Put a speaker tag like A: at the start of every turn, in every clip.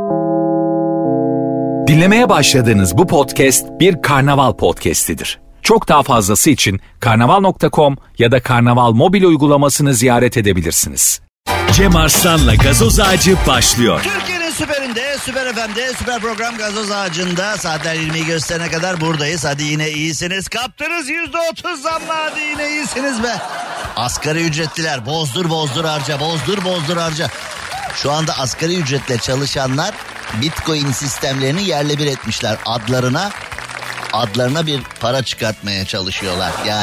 A: Dinlemeye başladığınız bu podcast bir karnaval podcastidir. Çok daha fazlası için karnaval.com ya da karnaval mobil uygulamasını ziyaret edebilirsiniz.
B: Cem Arslan'la Gazoz Ağacı başlıyor.
C: Türkiye'nin süperinde, Süper FM'de, süper program Gazoz Ağacı'nda saatler 20'yi gösterene kadar buradayız. Hadi yine iyisiniz. Kaptınız %30 zamla, hadi yine iyisiniz be. Asgari ücretliler bozdur harca. Şu anda asgari ücretle çalışanlar Bitcoin sistemlerini yerle bir etmişler. Adlarına bir para çıkartmaya çalışıyorlar. Yani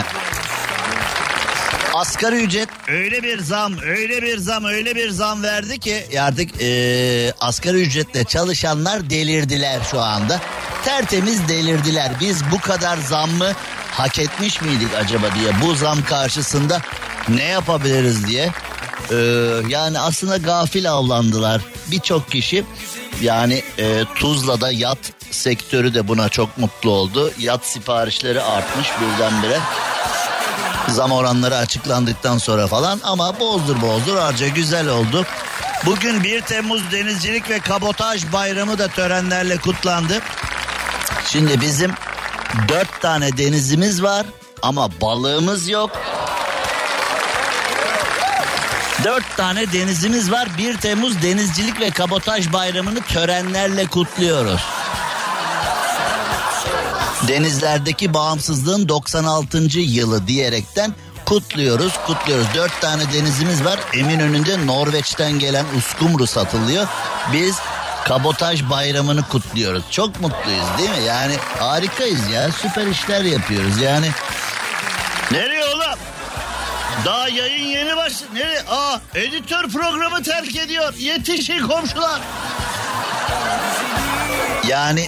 C: asgari ücret öyle bir zam verdi ki artık asgari ücretle çalışanlar delirdiler şu anda. Tertemiz delirdiler. Biz bu kadar zammı hak etmiş miydik acaba diye, bu zam karşısında ne yapabiliriz diye. Yani aslında gafil avlandılar birçok kişi. Yani Tuzla'da yat sektörü de buna çok mutlu oldu. Yat siparişleri artmış birdenbire. Zam oranları açıklandıktan sonra falan, ama bozdur harca güzel oldu. Bugün 1 Temmuz Denizcilik ve Kabotaj Bayramı da törenlerle kutlandı. Şimdi bizim 4 tane denizimiz var ama balığımız yok. 4 tane denizimiz var. 1 Temmuz Denizcilik ve Kabotaj Bayramı'nı törenlerle kutluyoruz. Denizlerdeki bağımsızlığın 96. yılı diyerekten kutluyoruz. 4 tane denizimiz var. Eminönü'nde Norveç'ten gelen uskumru satılıyor. Biz Kabotaj Bayramı'nı kutluyoruz. Çok mutluyuz değil mi? Yani harikayız ya. Süper işler yapıyoruz yani. Nereye oğlum? Daha yayın yeni başladı. Nereye? Editör programı terk ediyor. Yetişin komşular. Yani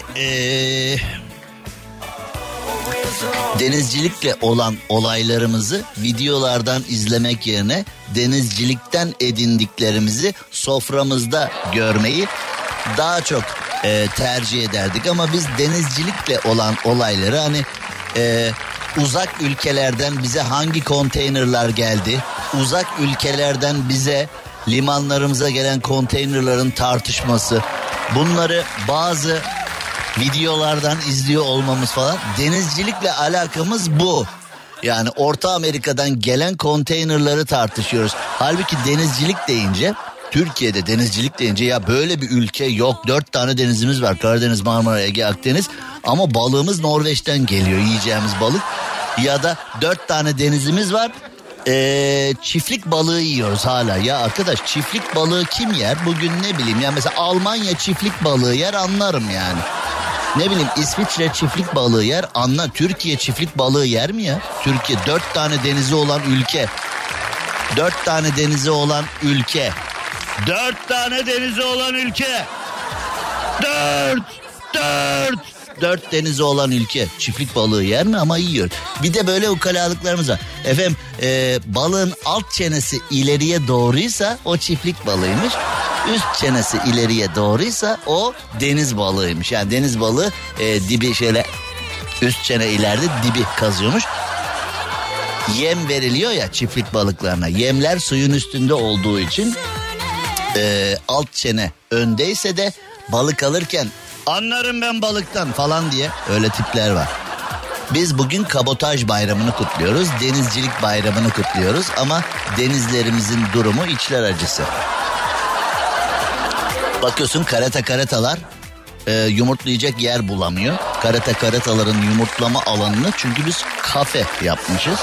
C: denizcilikle olan olaylarımızı videolardan izlemek yerine denizcilikten edindiklerimizi soframızda görmeyi daha çok tercih ederdik. Ama biz denizcilikle olan olayları, hani uzak ülkelerden bize hangi konteynerler geldi, uzak ülkelerden bize limanlarımıza gelen konteynerların tartışması, bunları bazı videolardan izliyor olmamız falan, denizcilikle alakamız bu. Yani Orta Amerika'dan gelen konteynerları tartışıyoruz. Halbuki denizcilik deyince, Türkiye'de denizcilik deyince ya böyle bir ülke yok. 4 tane denizimiz var: Karadeniz, Marmara, Ege, Akdeniz. Ama balığımız Norveç'ten geliyor, yiyeceğimiz balık. Ya da 4 tane denizimiz var. Çiftlik balığı yiyoruz hala. Ya arkadaş, çiftlik balığı kim yer? Bugün ne bileyim ya, mesela Almanya çiftlik balığı yer, anlarım yani. Ne bileyim, İsviçre çiftlik balığı yer, anla. Türkiye çiftlik balığı yer mi ya? Türkiye 4 tane denizi olan ülke. 4 tane denizi olan ülke. 4 tane denizi olan ülke. 4 denizi olan ülke çiftlik balığı yer mi? Ama yiyor. Bir de böyle ukalalıklarımız var. Efendim balığın alt çenesi ileriye doğruysa o çiftlik balığıymış. Üst çenesi ileriye doğruysa o deniz balığıymış. Yani deniz balığı dibi şöyle, üst çene ileride, dibi kazıyormuş. Yem veriliyor ya çiftlik balıklarına. Yemler suyun üstünde olduğu için alt çene öndeyse de balık alırken anlarım ben balıktan falan diye öyle tipler var. Biz bugün Kabotaj Bayramı'nı kutluyoruz, Denizcilik Bayramı'nı kutluyoruz ama denizlerimizin durumu içler acısı. Bakıyorsun karatalar yumurtlayacak yer bulamıyor. Karataların yumurtlama alanını, çünkü biz kafe yapmışız.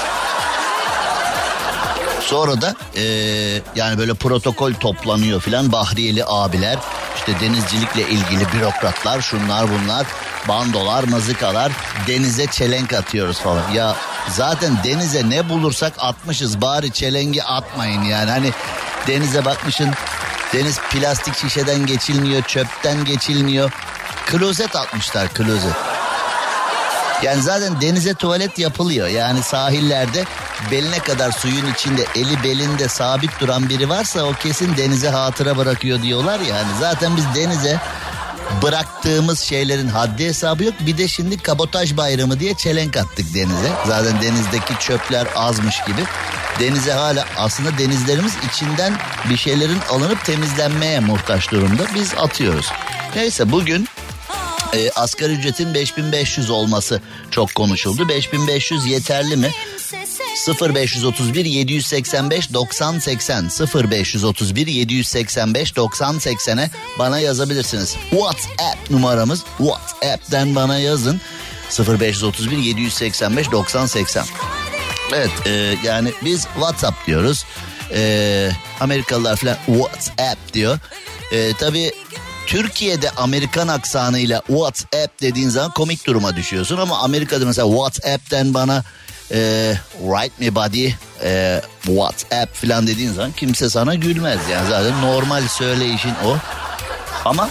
C: Sonra da yani böyle protokol toplanıyor filan, bahriyeli abiler, işte denizcilikle ilgili bürokratlar, şunlar bunlar, bandolar, mızıkalar, denize çelenk atıyoruz falan. Ya zaten denize ne bulursak atmışız, bari çelengi atmayın yani. Hani denize bakmışın, deniz plastik şişeden geçilmiyor, çöpten geçilmiyor. Klozet atmışlar, klozet. Yani zaten denize tuvalet yapılıyor. Yani sahillerde beline kadar suyun içinde, eli belinde sabit duran biri varsa o kesin denize hatıra bırakıyor diyorlar ya. Yani zaten biz denize bıraktığımız şeylerin haddi hesabı yok. Bir de şimdi Kabotaj Bayramı diye çelenk attık denize. Zaten denizdeki çöpler azmış gibi. denize hala aslında denizlerimiz içinden bir şeylerin alınıp temizlenmeye muhtaç durumda. Biz atıyoruz. Neyse bugün asgari ücretin 5500 olması çok konuşuldu. 5500 yeterli mi? 0531 785 90 80 0531 785 90 80'e bana yazabilirsiniz. WhatsApp numaramız. WhatsApp'ten bana yazın. 0531 785 90 80. Evet yani biz WhatsApp diyoruz. Amerikalılar falan WhatsApp diyor. Tabii Türkiye'de Amerikan aksanıyla WhatsApp dediğin zaman komik duruma düşüyorsun. Ama Amerika'da mesela WhatsApp'ten bana write me buddy WhatsApp falan dediğin zaman kimse sana gülmez. Yani zaten normal söyleyişin o. Ama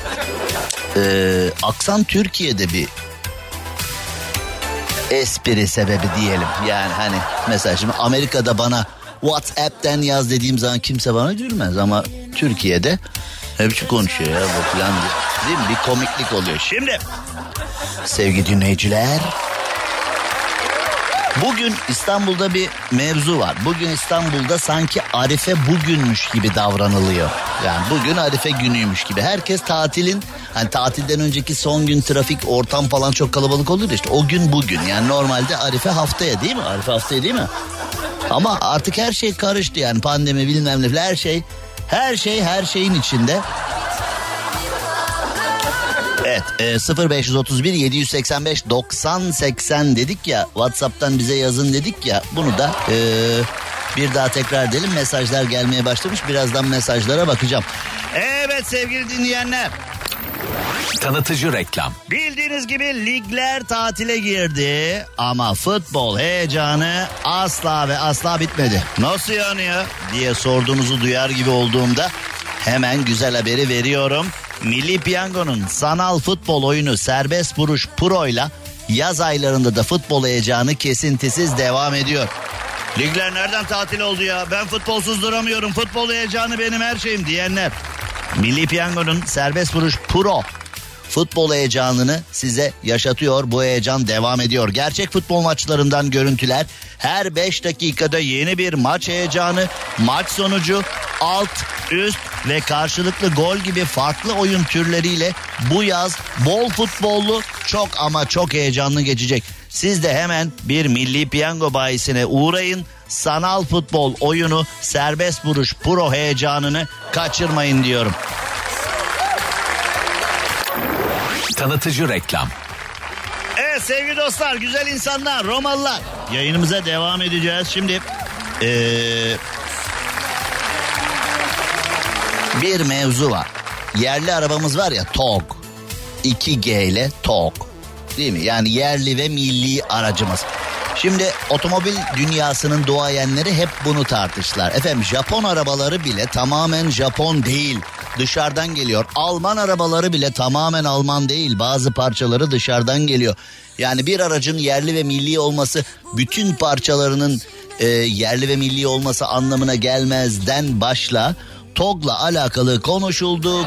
C: aksan Türkiye'de bir espri sebebi diyelim. Yani hani mesela şimdi Amerika'da bana WhatsApp'ten yaz dediğim zaman kimse bana gülmez. Ama Türkiye'de hepsi konuşuyor ya bu falan değil mi? Bir komiklik oluyor. Şimdi sevgili dinleyiciler, bugün İstanbul'da bir mevzu var. Bugün İstanbul'da sanki Arife bugünmüş gibi davranılıyor. Yani bugün Arife günüymüş gibi. Herkes tatilin, hani tatilden önceki son gün trafik, ortam falan çok kalabalık oluyor işte. O gün bugün. Yani normalde Arife haftaya değil mi? Arife haftaya değil mi? Ama artık her şey karıştı yani, pandemi bilmem ne, her şeyin içinde. Evet 0531 785 90 80 dedik ya, WhatsApp'tan bize yazın dedik ya, bunu da bir daha tekrar edelim. Mesajlar gelmeye başlamış, birazdan mesajlara bakacağım. Evet sevgili dinleyenler,
A: Tanıtıcı reklam.
C: bildiğiniz gibi ligler tatile girdi ama futbol heyecanı asla ve asla bitmedi. Nasıl yani ya diye sorduğunuzu duyar gibi olduğumda hemen güzel haberi veriyorum. Milli Piyango'nun sanal futbol oyunu Serbest Vuruş Pro'yla yaz aylarında da futbol heyecanı kesintisiz devam ediyor. Ligler nereden tatil oldu ya? Ben futbolsuz duramıyorum. Futbol heyecanı benim her şeyim diyenler. Milli Piyango'nun Serbest Vuruş Pro futbol heyecanını size yaşatıyor. Bu heyecan devam ediyor. Gerçek futbol maçlarından görüntüler, her 5 dakikada yeni bir maç heyecanı, maç sonucu, alt, üst ve karşılıklı gol gibi farklı oyun türleriyle bu yaz bol futbollu, çok ama çok heyecanlı geçecek. Siz de hemen bir Milli Piyango bayisine uğrayın. Sanal futbol oyunu Serbest Vuruş Pro heyecanını kaçırmayın diyorum.
A: Tanıtıcı reklam.
C: Evet sevgili dostlar, güzel insanlar, Romalılar, yayınımıza devam edeceğiz. Şimdi bir mevzu var. Yerli arabamız var ya, TOG. 2G ile TOG. Değil mi? Yani yerli ve milli aracımız. Şimdi otomobil dünyasının duayenleri hep bunu tartıştılar. Efendim Japon arabaları bile tamamen Japon değil, dışarıdan geliyor. Alman arabaları bile tamamen Alman değil, bazı parçaları dışarıdan geliyor. Yani bir aracın yerli ve milli olması bütün parçalarının yerli ve milli olması anlamına gelmezden başla. TOG'la alakalı konuşuldu.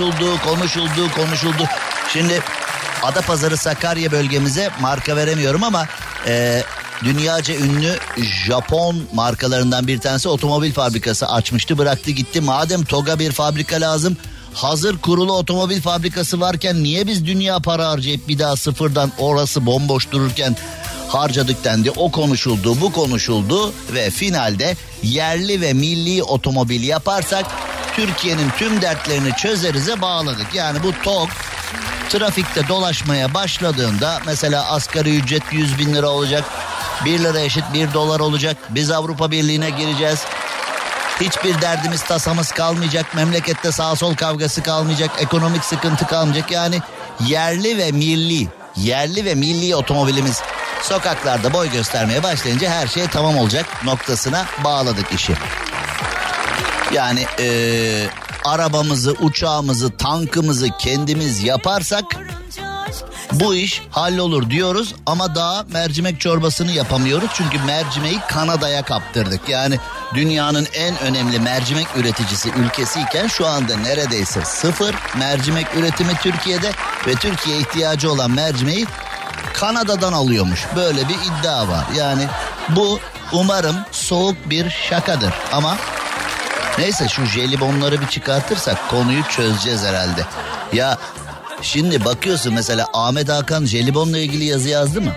C: Şimdi Adapazarı Sakarya bölgemize marka veremiyorum ama dünyaca ünlü Japon markalarından bir tanesi otomobil fabrikası açmıştı, bıraktı gitti. Madem TOG'a bir fabrika lazım, hazır kurulu otomobil fabrikası varken niye biz dünya para harcayıp bir daha sıfırdan, orası bomboş dururken harcadık dendi. O konuşuldu, bu konuşuldu ve finalde yerli ve milli otomobil yaparsak Türkiye'nin tüm dertlerini çözerize bağladık. Yani bu TOG trafikte dolaşmaya başladığında mesela asgari ücret 100 bin lira olacak. 1 lira eşit 1 dolar olacak. Biz Avrupa Birliği'ne gireceğiz. Hiçbir derdimiz, tasamız kalmayacak. Memlekette sağ sol kavgası kalmayacak. Ekonomik sıkıntı kalmayacak. Yani yerli ve milli otomobilimiz sokaklarda boy göstermeye başlayınca her şey tamam olacak noktasına bağladık işi. Yani arabamızı, uçağımızı, tankımızı kendimiz yaparsak bu iş hallolur diyoruz ama daha mercimek çorbasını yapamıyoruz. Çünkü mercimeği Kanada'ya kaptırdık. Yani dünyanın en önemli mercimek üreticisi ülkesiyken şu anda neredeyse sıfır mercimek üretimi Türkiye'de ve Türkiye ihtiyacı olan mercimeği Kanada'dan alıyormuş. Böyle bir iddia var. Yani bu umarım soğuk bir şakadır. Ama neyse, şu jelibonları bir çıkartırsak konuyu çözeceğiz herhalde. Ya şimdi bakıyorsun mesela, Ahmet Hakan jelibonla ilgili yazı yazdı mı?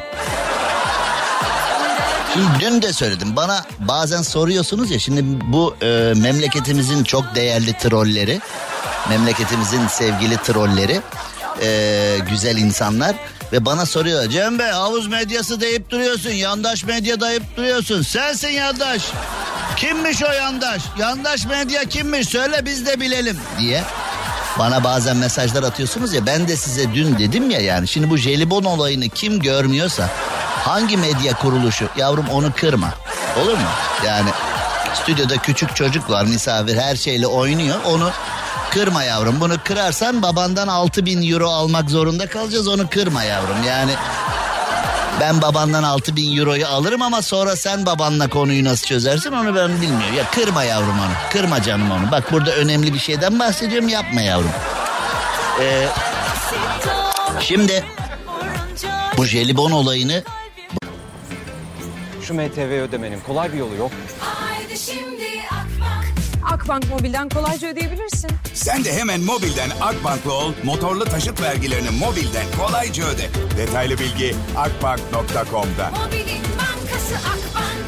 C: Şimdi dün de söyledim, bana bazen soruyorsunuz ya, şimdi bu memleketimizin çok değerli trolleri, memleketimizin sevgili trolleri, güzel insanlar ve bana soruyor, Cem Bey havuz medyası deyip duruyorsun, yandaş medya deyip duruyorsun, sensin yandaş, kimmiş o yandaş, yandaş medya kimmiş söyle biz de bilelim diye bana bazen mesajlar atıyorsunuz ya. Ben de size dün dedim ya, yani şimdi bu jelibon olayını kim görmüyorsa, hangi medya kuruluşu, yavrum onu kırma, olur mu? Yani stüdyoda küçük çocuk var, misafir, her şeyle oynuyor, onu kırma yavrum. Bunu kırarsan babandan 6.000 euro almak zorunda kalacağız, onu kırma yavrum. Yani ben babandan 6.000 euroyu alırım ama sonra sen babanla konuyu nasıl çözersin onu ben bilmiyorum. Ya kırma yavrum onu, kırma canım onu. Bak burada önemli bir şeyden bahsediyorum, yapma yavrum. Şimdi bu jelibon olayını...
D: Şu MTV ödemenin kolay bir yolu yok.
E: Haydi şimdi Akbank Mobil'den kolayca ödeyebilirsin.
F: Sen de hemen mobilden Akbank'lı ol, motorlu taşıt vergilerini mobilden kolayca öde. Detaylı bilgi akbank.com'da.
E: Mobilin bankası Akbank.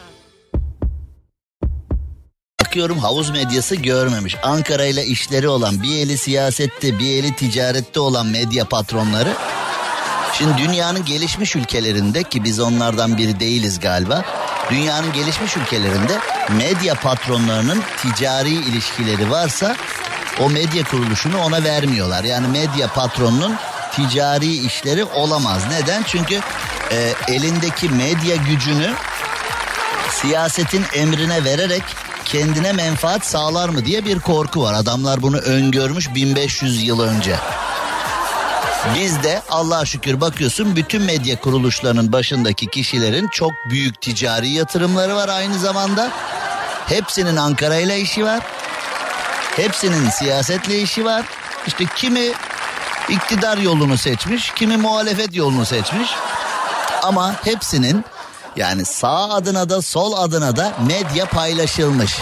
C: Bakıyorum havuz medyası görmemiş. Ankara ile işleri olan, bir eli siyasette bir eli ticarette olan medya patronları. Şimdi dünyanın gelişmiş ülkelerinde, ki biz onlardan biri değiliz galiba, dünyanın gelişmiş ülkelerinde medya patronlarının ticari ilişkileri varsa o medya kuruluşunu ona vermiyorlar. Yani medya patronunun ticari işleri olamaz. Neden? Çünkü elindeki medya gücünü siyasetin emrine vererek kendine menfaat sağlar mı diye bir korku var. Adamlar bunu öngörmüş 1500 yıl önce. Bizde Allah'a şükür bakıyorsun, bütün medya kuruluşlarının başındaki kişilerin çok büyük ticari yatırımları var aynı zamanda. Hepsinin Ankara ile işi var. Hepsinin siyasetle işi var. İşte kimi iktidar yolunu seçmiş, kimi muhalefet yolunu seçmiş. Ama hepsinin, yani sağ adına da sol adına da medya paylaşılmış.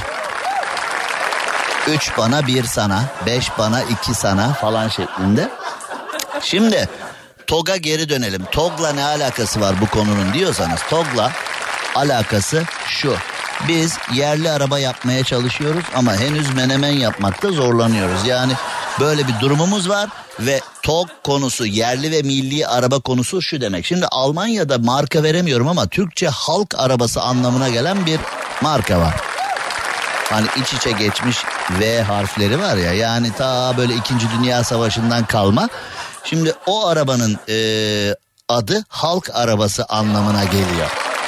C: 3 bana 1 sana, 5 bana 2 sana falan şeklinde. Şimdi TOG'a geri dönelim. TOG'la ne alakası var bu konunun diyorsanız, TOG'la alakası şu: biz yerli araba yapmaya çalışıyoruz ama henüz menemen yapmakta zorlanıyoruz. Yani böyle bir durumumuz var ve TOG konusu, yerli ve milli araba konusu şu demek. Şimdi Almanya'da marka veremiyorum ama Türkçe halk arabası anlamına gelen bir marka var. Hani iç içe geçmiş V harfleri var ya, yani ta böyle 2. Dünya Savaşı'ndan kalma. Şimdi o arabanın adı halk arabası anlamına geliyor.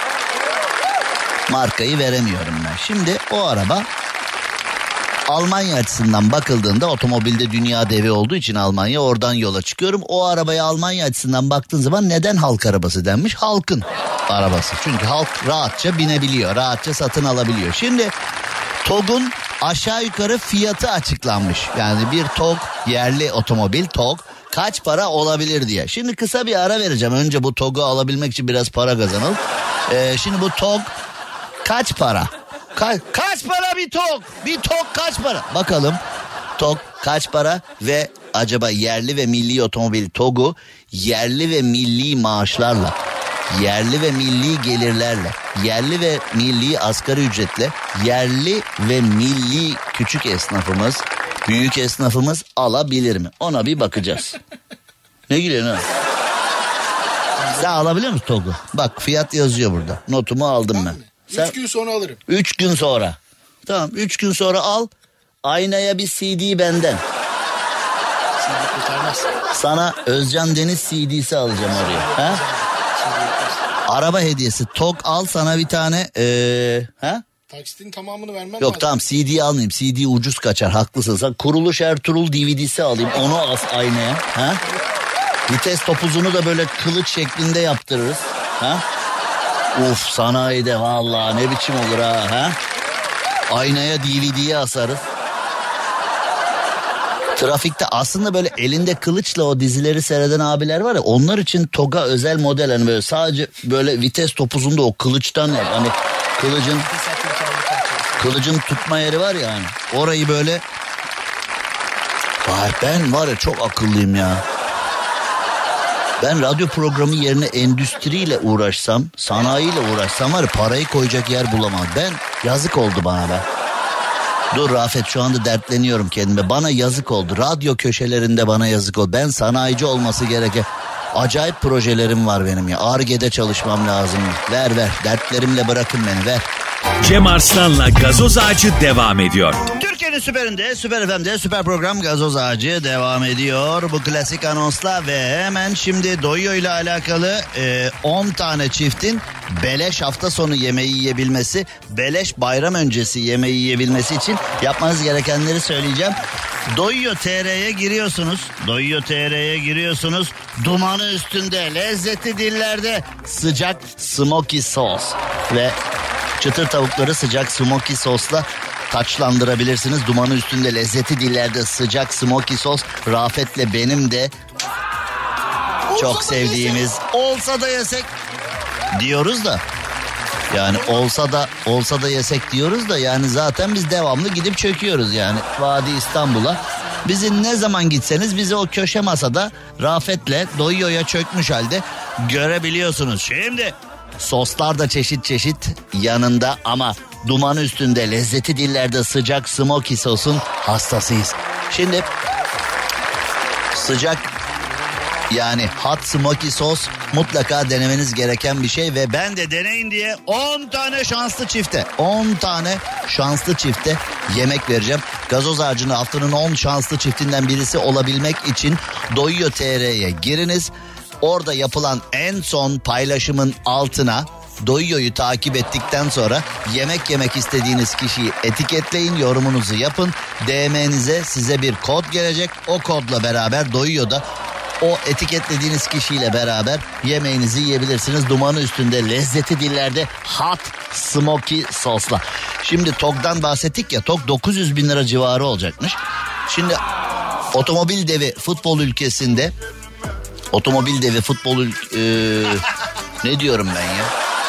C: Markayı veremiyorum ben. Şimdi o araba Almanya açısından bakıldığında, otomobilde dünya devi olduğu için Almanya, oradan yola çıkıyorum. O arabaya Almanya açısından baktığın zaman neden halk arabası denmiş? Halkın arabası. Çünkü halk rahatça binebiliyor, rahatça satın alabiliyor. Şimdi TOG'un aşağı yukarı fiyatı açıklanmış. Yani bir TOG, yerli otomobil TOG kaç para olabilir diye. Şimdi kısa bir ara vereceğim. Önce bu TOG'u alabilmek için biraz para kazanalım. Şimdi bu TOG kaç para? Kaç para bir TOG? Bir TOG kaç para? Bakalım TOG kaç para ve acaba yerli ve milli otomobil TOG'u yerli ve milli maaşlarla, yerli ve milli gelirlerle, yerli ve milli asgari ücretle, yerli ve milli küçük esnafımız, büyük esnafımız alabilir mi? Ona bir bakacağız. Ne gülüyorsun ha? Sen alabiliyor musun TOG'u? Bak fiyat yazıyor burada. Notumu aldım ben.
G: 3 gün sonra alırım.
C: 3 gün sonra. Tamam, 3 gün sonra al. Aynaya bir CD benden.
G: CD kurtarmaz.
C: Sana Özcan Deniz CD'si alacağım oraya. Ha? Araba hediyesi. TOG al sana bir tane. Ha?
G: Taksitin tamamını vermem lazım.
C: Yok tamam, CD almayayım. CD ucuz kaçar, haklısın. Sen Kuruluş Ertuğrul DVD'si alayım. Onu as aynaya. Ha? Vites topuzunu da böyle kılıç şeklinde yaptırırız. Ha? Uf, sanayide vallahi ne biçim olur ha. Aynaya DVD'yi asarız. Trafikte aslında böyle elinde kılıçla o dizileri seyreden abiler var ya, onlar için toga özel model, hani böyle sadece böyle vites topuzunda o kılıçtan hani kılıcın tutma yeri var ya, hani orayı böyle, vay ben var ya çok akıllıyım ya. Ben radyo programı yerine endüstriyle uğraşsam, sanayiyle uğraşsam var ya, parayı koyacak yer bulamam. Ben yazık oldu bana be. Dur Rafet, şu anda dertleniyorum kendime. Bana yazık oldu. Radyo köşelerinde bana yazık oldu. Ben sanayici olması gereken acayip projelerim var benim ya. Ar-Ge'de çalışmam lazım. Ver dertlerimle bırakın beni, ver.
B: Cem Arslan'la Gazoz Ağacı devam ediyor.
C: Türkiye'nin süperinde, Süper FM'de süper program Gazoz Ağacı devam ediyor. Bu klasik anonsla ve hemen şimdi Doyuyor ile alakalı 10 tane çiftin beleş hafta sonu yemeği yiyebilmesi, beleş bayram öncesi yemeği yiyebilmesi için yapmanız gerekenleri söyleyeceğim. Doyuyor TR'ye giriyorsunuz. Doyuyor TR'ye giriyorsunuz. Dumanı üstünde, lezzeti dillerde, sıcak smoky sos ve çıtır tavukları sıcak smoky sosla taçlandırabilirsiniz. Dumanı üstünde, lezzeti dillerde, sıcak smoky sos. Rafet'le benim de çok sevdiğimiz olsa da yesek diyoruz da. Yani olsa da yesek diyoruz da, yani zaten biz devamlı gidip çöküyoruz yani Vadi İstanbul'a. Bizi ne zaman gitseniz bizi o köşe masada Rafet'le Doyuyor'ya çökmüş halde görebiliyorsunuz. Şimdi soslar da çeşit çeşit yanında ama dumanı üstünde, lezzeti dillerde, sıcak smoky sosun hastasıyız. Şimdi sıcak, yani hot smoky sos mutlaka denemeniz gereken bir şey ve ben de deneyin diye 10 tane şanslı çifte yemek vereceğim. Gazoz Ağacı'nın haftanın 10 şanslı çiftinden birisi olabilmek için Doyuyor TR'ye giriniz. Orada yapılan en son paylaşımın altına Doyuyor'yu takip ettikten sonra yemek istediğiniz kişiyi etiketleyin, yorumunuzu yapın. DM'nize size bir kod gelecek. O kodla beraber Doyuyor'da o etiketlediğiniz kişiyle beraber yemeğinizi yiyebilirsiniz. Dumanı üstünde, lezzeti dillerde, hot smoky sosla. Şimdi TOG'dan bahsettik ya, TOG 900 bin lira civarı olacakmış. Şimdi otomobil devi futbol ülkesinde, ne diyorum ben ya?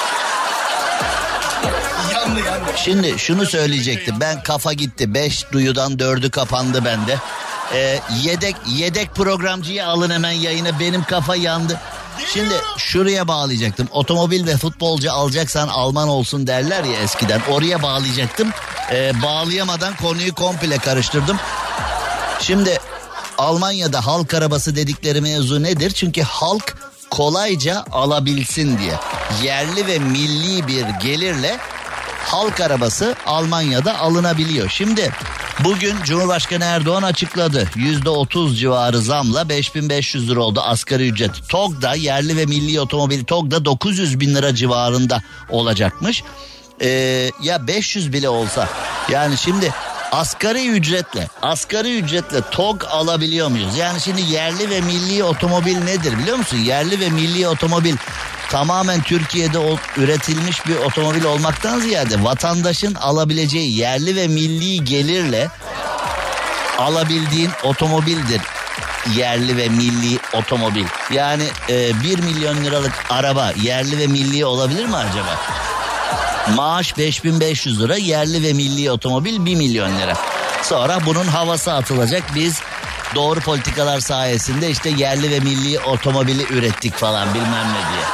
C: Şimdi şunu söyleyecektim. Ben kafa gitti. 5 duyudan 4'ü kapandı bende. Yedek programcıyı alın hemen yayına. Benim kafa yandı. Şimdi şuraya bağlayacaktım. Otomobil ve futbolcu alacaksan Alman olsun derler ya eskiden. Oraya bağlayacaktım. Bağlayamadan konuyu komple karıştırdım. Şimdi Almanya'da halk arabası dedikleri mevzu nedir? Çünkü halk kolayca alabilsin diye. Yerli ve milli bir gelirle halk arabası Almanya'da alınabiliyor. Şimdi bugün Cumhurbaşkanı Erdoğan açıkladı. %30 civarı zamla 5.500 lira oldu asgari ücret. TOG'da, yerli ve milli otomobil TOG'da 900 bin lira civarında olacakmış. Ya 500 bile olsa, yani şimdi asgari ücretle TOG alabiliyor muyuz? Yani şimdi yerli ve milli otomobil nedir biliyor musun? Yerli ve milli otomobil tamamen Türkiye'de üretilmiş bir otomobil olmaktan ziyade vatandaşın alabileceği, yerli ve milli gelirle alabildiğin otomobildir. Yerli ve milli otomobil. Yani 1 milyon liralık araba yerli ve milli olabilir mi acaba? Maaş 5500 lira, yerli ve milli otomobil 1 milyon lira. Sonra bunun havası atılacak. Biz doğru politikalar sayesinde işte yerli ve milli otomobili ürettik falan bilmem ne diye.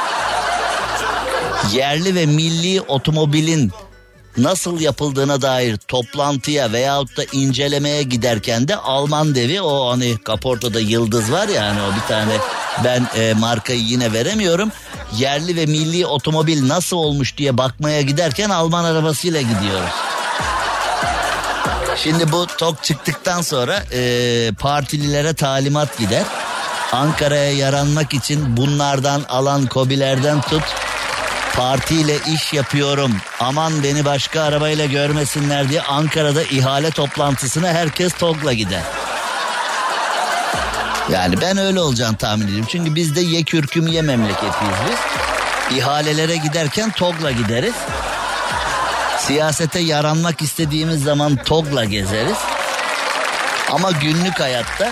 C: Yerli ve milli otomobilin nasıl yapıldığına dair toplantıya veyahut da incelemeye giderken de Alman devi, o hani kaportada yıldız var ya, hani o bir tane, ben markayı yine veremiyorum. Yerli ve milli otomobil nasıl olmuş diye bakmaya giderken Alman arabasıyla gidiyoruz. Şimdi bu TOG çıktıktan sonra partililere talimat gider. Ankara'ya yaranmak için bunlardan alan KOBİ'lerden tut, partiyle iş yapıyorum, aman beni başka arabayla görmesinler diye Ankara'da ihale toplantısına herkes TOG'la gider. Yani ben öyle olacağını tahmin ediyorum. Çünkü biz de ye kürküm ye memleketiyiz biz. İhalelere giderken TOG'la gideriz. Siyasete yaranmak istediğimiz zaman TOG'la gezeriz. Ama günlük hayatta.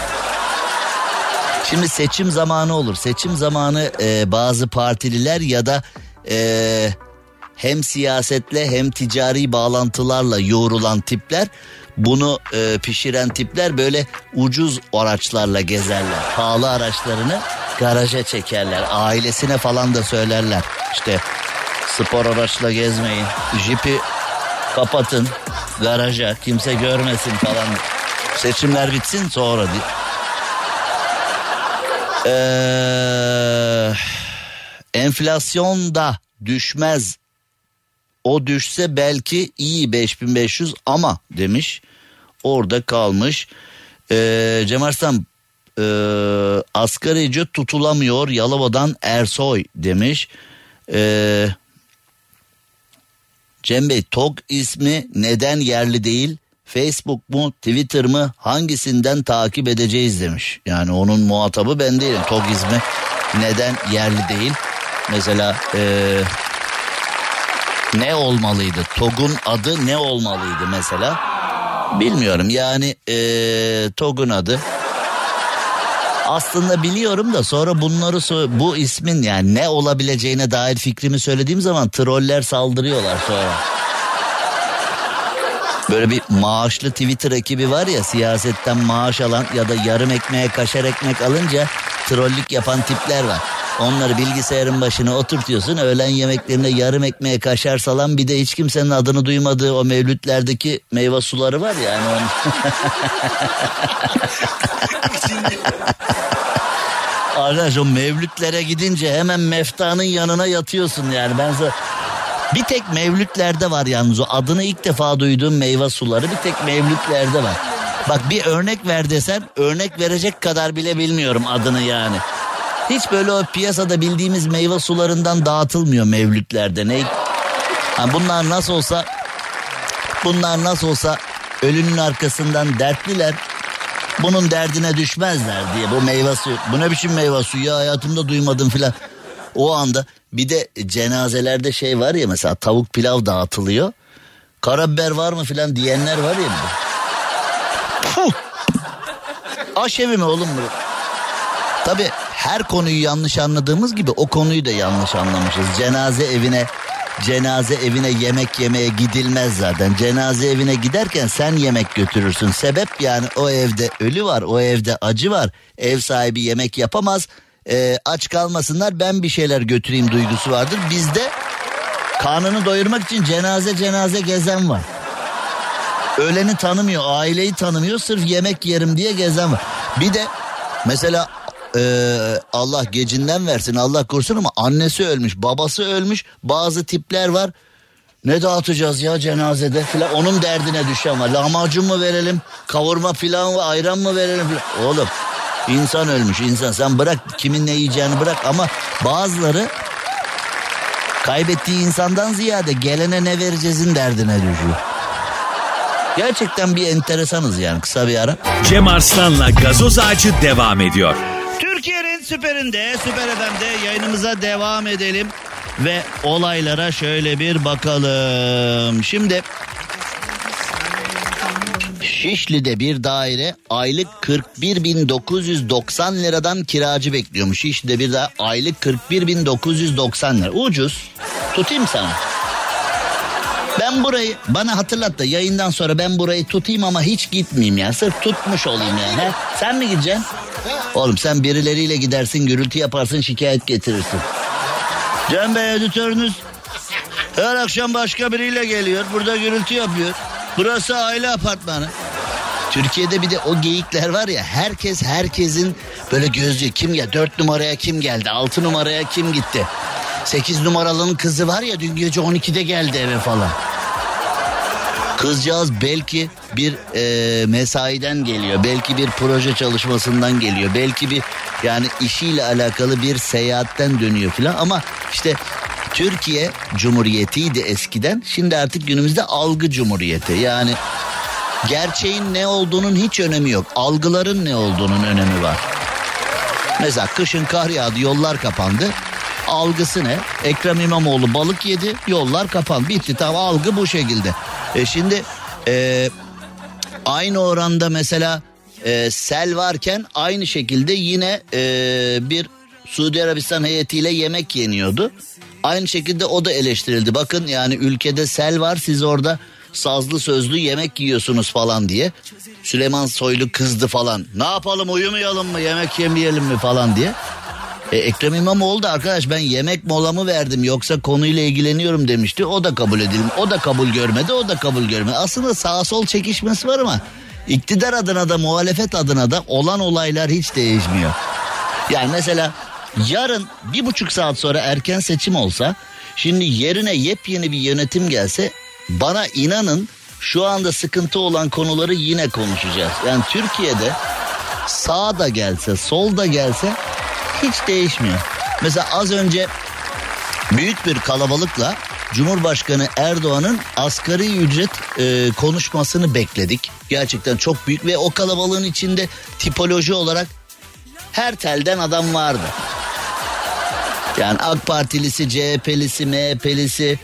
C: Şimdi seçim zamanı olur. Seçim zamanı bazı partililer ya da hem siyasetle hem ticari bağlantılarla yoğrulan tipler, bunu pişiren tipler böyle ucuz araçlarla gezerler. Pahalı araçlarını garaja çekerler. Ailesine falan da söylerler. İşte spor araçla gezmeyin. Jipi kapatın garaja, kimse görmesin falan. Seçimler bitsin sonra diye. Enflasyon da düşmez. O düşse belki iyi 5500 ama demiş. Orada kalmış. Cem Arslan asgari ücret tutulamıyor. Yalova'dan Ersoy demiş. Cem Bey, TOG ismi neden yerli değil? Facebook mu, Twitter mı, hangisinden takip edeceğiz demiş. Yani onun muhatabı ben değilim. TOG ismi neden yerli değil? Mesela ne olmalıydı? TOG'un adı ne olmalıydı mesela? Bilmiyorum yani TOG'un adı. Aslında biliyorum da sonra bunları bu ismin yani ne olabileceğine dair fikrimi söylediğim zaman troller saldırıyorlar sonra. Böyle bir maaşlı Twitter ekibi var ya, siyasetten maaş alan ya da yarım ekmeğe kaşar ekmek alınca trollük yapan tipler var. Onları bilgisayarın başına oturtuyorsun, öğlen yemeklerinde yarım ekmeğe kaşar salan, bir de hiç kimsenin adını duymadığı o mevlütlerdeki meyve suları var ya. Yani Arkadaş o mevlütlere gidince hemen meftanın yanına yatıyorsun yani. Ben sana... Bir tek mevlütlerde var yalnız o adını ilk defa duyduğum meyve suları, bir tek mevlütlerde var. Bak bir örnek ver desen örnek verecek kadar bile bilmiyorum adını yani. Hiç böyle o piyasada bildiğimiz meyve sularından dağıtılmıyor mevlütlerde. Ne? Ha, bunlar nasıl olsa ölünün arkasından dertliler. Bunun derdine düşmezler diye bu meyve suyu. Bu ne biçim meyve suyu ya, hayatımda duymadım filan. O anda bir de cenazelerde şey var ya, mesela tavuk pilav dağıtılıyor. Karabiber var mı filan diyenler var ya. Aşevi mi oğlum bu? Tabii her konuyu yanlış anladığımız gibi o konuyu da yanlış anlamışız. Cenaze evine yemek yemeye gidilmez zaten. Cenaze evine giderken sen yemek götürürsün. Sebep yani o evde ölü var, o evde acı var. Ev sahibi yemek yapamaz. Aç kalmasınlar, ben bir şeyler götüreyim duygusu vardır. Bizde karnını doyurmak için cenaze gezen var. Öleni tanımıyor, aileyi tanımıyor, sırf yemek yerim diye gezen var. Bir de mesela Allah gecinden versin, Allah korusun ama annesi ölmüş, babası ölmüş, bazı tipler var. Ne dağıtacağız ya cenazede filan, onun derdine düşen var. Lahmacun mu verelim, kavurma filan mı, ayran mı verelim filan. Oğlum insan ölmüş, insan, sen bırak kimin ne yiyeceğini bırak, ama bazıları kaybettiği insandan ziyade gelene ne vereceğizin derdine düşüyor. Gerçekten bir enteresanız yani. Kısa bir ara.
B: Cem Arslan'la Gazoz Ağacı devam ediyor.
C: Türkiye'nin süperinde, Süper FM'de yayınımıza devam edelim ve olaylara şöyle bir bakalım. Şimdi Şişli'de bir daire aylık 41.990 liradan kiracı bekliyormuş. Şişli'de bir daire aylık 41.990 lira. Ucuz. Tutayım sana. Ben burayı, bana hatırlat da yayından sonra ben burayı tutayım ama hiç gitmeyeyim ya. Sırf tutmuş olayım yani. He? Sen mi gideceksin? Oğlum sen birileriyle gidersin, gürültü yaparsın, şikayet getirirsin. Cem Bey editörünüz her akşam başka biriyle geliyor. Burada gürültü yapıyor. Burası aile apartmanı. Türkiye'de bir de o geyikler var ya, herkesin böyle gözlüğü, kim ya 4 numaraya kim geldi, 6 numaraya kim gitti. 8 numaralının kızı var ya, dün gece 12'de geldi eve falan. Kızcağız belki bir mesaiden geliyor, belki bir proje çalışmasından geliyor, belki bir yani işiyle alakalı bir seyahatten dönüyor falan. Ama işte Türkiye Cumhuriyeti'ydi eskiden, şimdi artık günümüzde algı cumhuriyeti. Yani gerçeğin ne olduğunun hiç önemi yok, algıların ne olduğunun önemi var. Mesela kışın kar yağdı, yollar kapandı. Algısı ne? Ekrem İmamoğlu balık yedi, yollar kapandı. Bitti, tamam, algı bu şekilde. Şimdi Aynı oranda mesela sel varken aynı şekilde yine bir Suudi Arabistan heyetiyle yemek yeniyordu. Aynı şekilde o da eleştirildi. Bakın yani ülkede sel var, siz orada sazlı sözlü yemek yiyorsunuz falan diye. Süleyman Soylu kızdı falan. Ne yapalım, uyumayalım mı, yemek yemeyelim mi falan diye. Ekrem İmamoğlu da arkadaş ben yemek molamı verdim yoksa konuyla ilgileniyorum demişti. O da kabul edildi. O da kabul görmedi, o da kabul görmedi. Aslında sağ sol çekişmesi var ama iktidar adına da muhalefet adına da olan olaylar hiç değişmiyor. Yani mesela yarın 1,5 saat sonra erken seçim olsa, şimdi yerine yepyeni bir yönetim gelse, bana inanın şu anda sıkıntı olan konuları yine konuşacağız. Yani Türkiye'de sağ da gelse sol da gelse hiç değişmiyor. Mesela az önce büyük bir kalabalıkla Cumhurbaşkanı Erdoğan'ın asgari ücret konuşmasını bekledik. Gerçekten çok büyük ve o kalabalığın içinde tipoloji olarak her telden adam vardı. Yani AK Partilisi, CHP'lisi, MHP'lisi,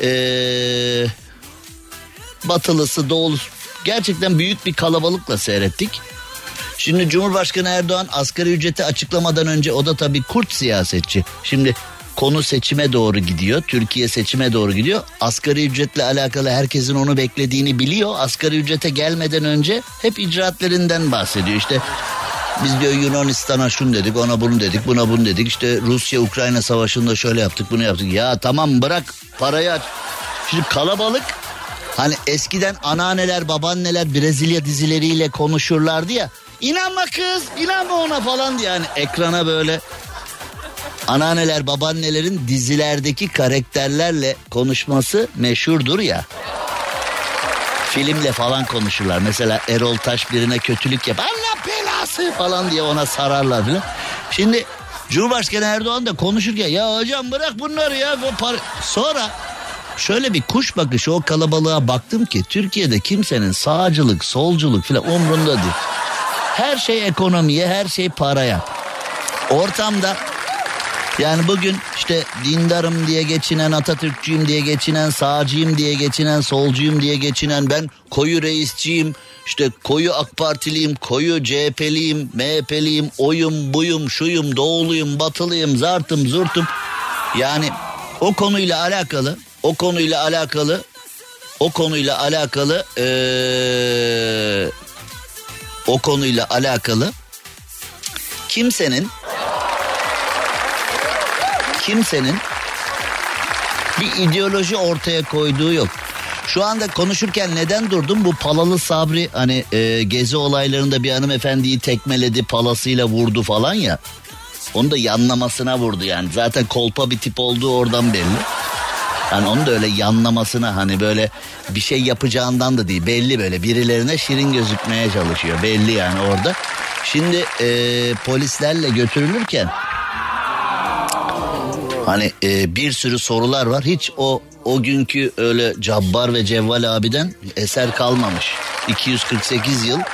C: Batılısı, Doğulusu, gerçekten büyük bir kalabalıkla seyrettik. Şimdi Cumhurbaşkanı Erdoğan asgari ücreti açıklamadan önce, o da tabii kurt siyasetçi. Şimdi konu seçime doğru gidiyor. Türkiye seçime doğru gidiyor. Asgari ücretle alakalı herkesin onu beklediğini biliyor. Asgari ücrete gelmeden önce hep icraatlerinden bahsediyor. İşte biz diyor Yunanistan'a şunu dedik, ona bunu dedik, buna bunu dedik. İşte Rusya-Ukrayna savaşında şöyle yaptık, bunu yaptık. Ya tamam bırak parayı aç. Şimdi kalabalık, hani eskiden anneanneler, babaanneler Brezilya dizileriyle konuşurlardı ya. İnanma kız, inanma ona falan diye. Yani ekrana böyle anneanneler, babaannelerin dizilerdeki karakterlerle konuşması meşhurdur ya. Filmle falan konuşurlar. Mesela Erol Taş birine kötülük yap, Allah belası falan diye ona sararlar falan. Şimdi Cumhurbaşkanı Erdoğan da konuşurken ya hocam bırak bunları ya. Sonra şöyle bir kuş bakışı o kalabalığa baktım ki Türkiye'de kimsenin sağcılık, solculuk falan umrunda değil. Her şey ekonomiye, her şey paraya. Ortamda yani bugün işte dindarım diye geçinen, Atatürkçüyüm diye geçinen, sağcıyım diye geçinen, solcuyum diye geçinen, ben koyu reisçiyim, işte koyu AK Partiliyim, koyu CHP'liyim, MHP'liyim, oyum, buyum, şuyum, doğuluyum, batılıyım, zartım, zurtum. Yani o konuyla alakalı kimsenin bir ideoloji ortaya koyduğu yok. Şu anda konuşurken neden durdum? Bu Palalı Sabri hani gezi olaylarında bir hanımefendiyi tekmeledi, palasıyla vurdu falan ya. Onu da yanlamasına vurdu yani. Zaten kolpa bir tip olduğu oradan belli. Yani onu da öyle yanlamasına, hani böyle bir şey yapacağından da değil. Belli, böyle birilerine şirin gözükmeye çalışıyor. Belli yani orada. Şimdi polislerle götürülürken hani bir sürü sorular var. Hiç o günkü öyle Cabbar ve Cevval abiden eser kalmamış. 248 yıl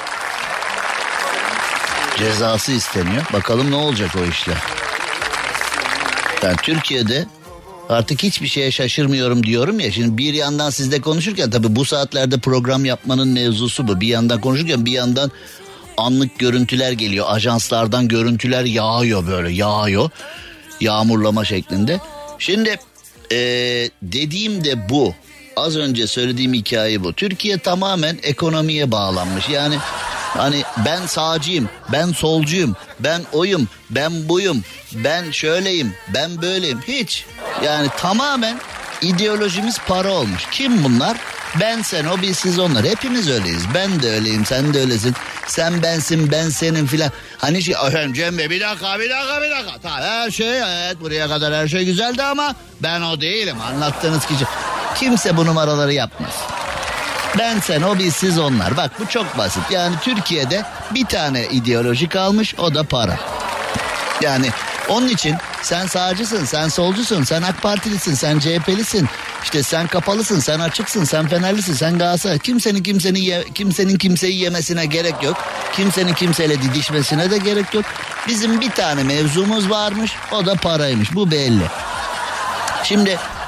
C: cezası isteniyor. Bakalım ne olacak o işler. Yani Türkiye'de artık hiçbir şeye şaşırmıyorum diyorum ya. Şimdi bir yandan sizle konuşurken, tabii bu saatlerde program yapmanın mevzusu bu. Bir yandan konuşurken bir yandan anlık görüntüler geliyor. Ajanslardan görüntüler yağıyor, böyle yağıyor. Yağmurlama şeklinde. Şimdi dediğim de bu. Az önce söylediğim hikaye bu. Türkiye tamamen ekonomiye bağlanmış. Yani hani ben sağcıyım, ben solcuyum, ben oyum, ben buyum, ben şöyleyim, ben böyleyim. Hiç. Yani tamamen ideolojimiz para olmuş. Kim bunlar? Ben, sen, o, biz, siz, onlar. Hepimiz öyleyiz. Ben de öyleyim, sen de öylesin. Sen bensin, ben senin filan. Hani Cem Bey bir dakika. Tamam, her şey, evet, buraya kadar her şey güzeldi ama ben o değilim. Anlattığınız kişi. Kimse bu numaraları yapmaz. Ben, sen, o, biz, siz, onlar. Bak bu çok basit. Yani Türkiye'de bir tane ideoloji kalmış, o da para. Yani onun için sen sağcısın, sen solcusun, sen AK Partilisin, sen CHP'lisin. İşte sen kapalısın, sen açıksın, sen Fenerlisin, sen Galatasaray. Kimsenin kimseyi yemesine gerek yok. Kimsenin kimseyle didişmesine de gerek yok. Bizim bir tane mevzumuz varmış, o da paraymış. Bu belli. Şimdi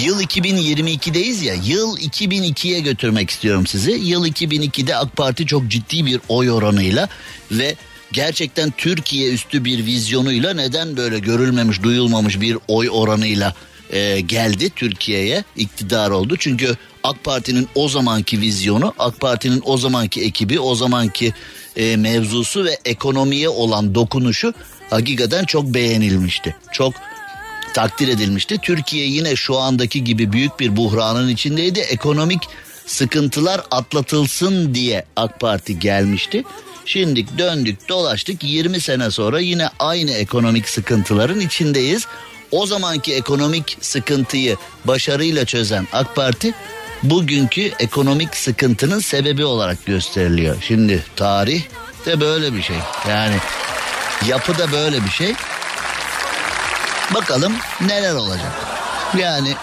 C: Yıl 2022'deyiz ya, yıl 2002'ye götürmek istiyorum sizi. Yıl 2002'de AK Parti çok ciddi bir oy oranıyla ve gerçekten Türkiye üstü bir vizyonuyla, neden böyle görülmemiş duyulmamış bir oy oranıyla geldi Türkiye'ye, iktidar oldu. Çünkü AK Parti'nin o zamanki vizyonu, AK Parti'nin o zamanki ekibi, o zamanki mevzusu ve ekonomiye olan dokunuşu hakikaten çok beğenilmişti. Çok takdir edilmişti. Türkiye yine şu andaki gibi büyük bir buhranın içindeydi. Ekonomik sıkıntılar atlatılsın diye AK Parti gelmişti. Şimdi döndük dolaştık, 20 sene sonra yine aynı ekonomik sıkıntıların içindeyiz. O zamanki ekonomik sıkıntıyı başarıyla çözen AK Parti bugünkü ekonomik sıkıntının sebebi olarak gösteriliyor. Şimdi tarih de böyle bir şey. Yani yapı da böyle bir şey. Bakalım neler olacak. Yani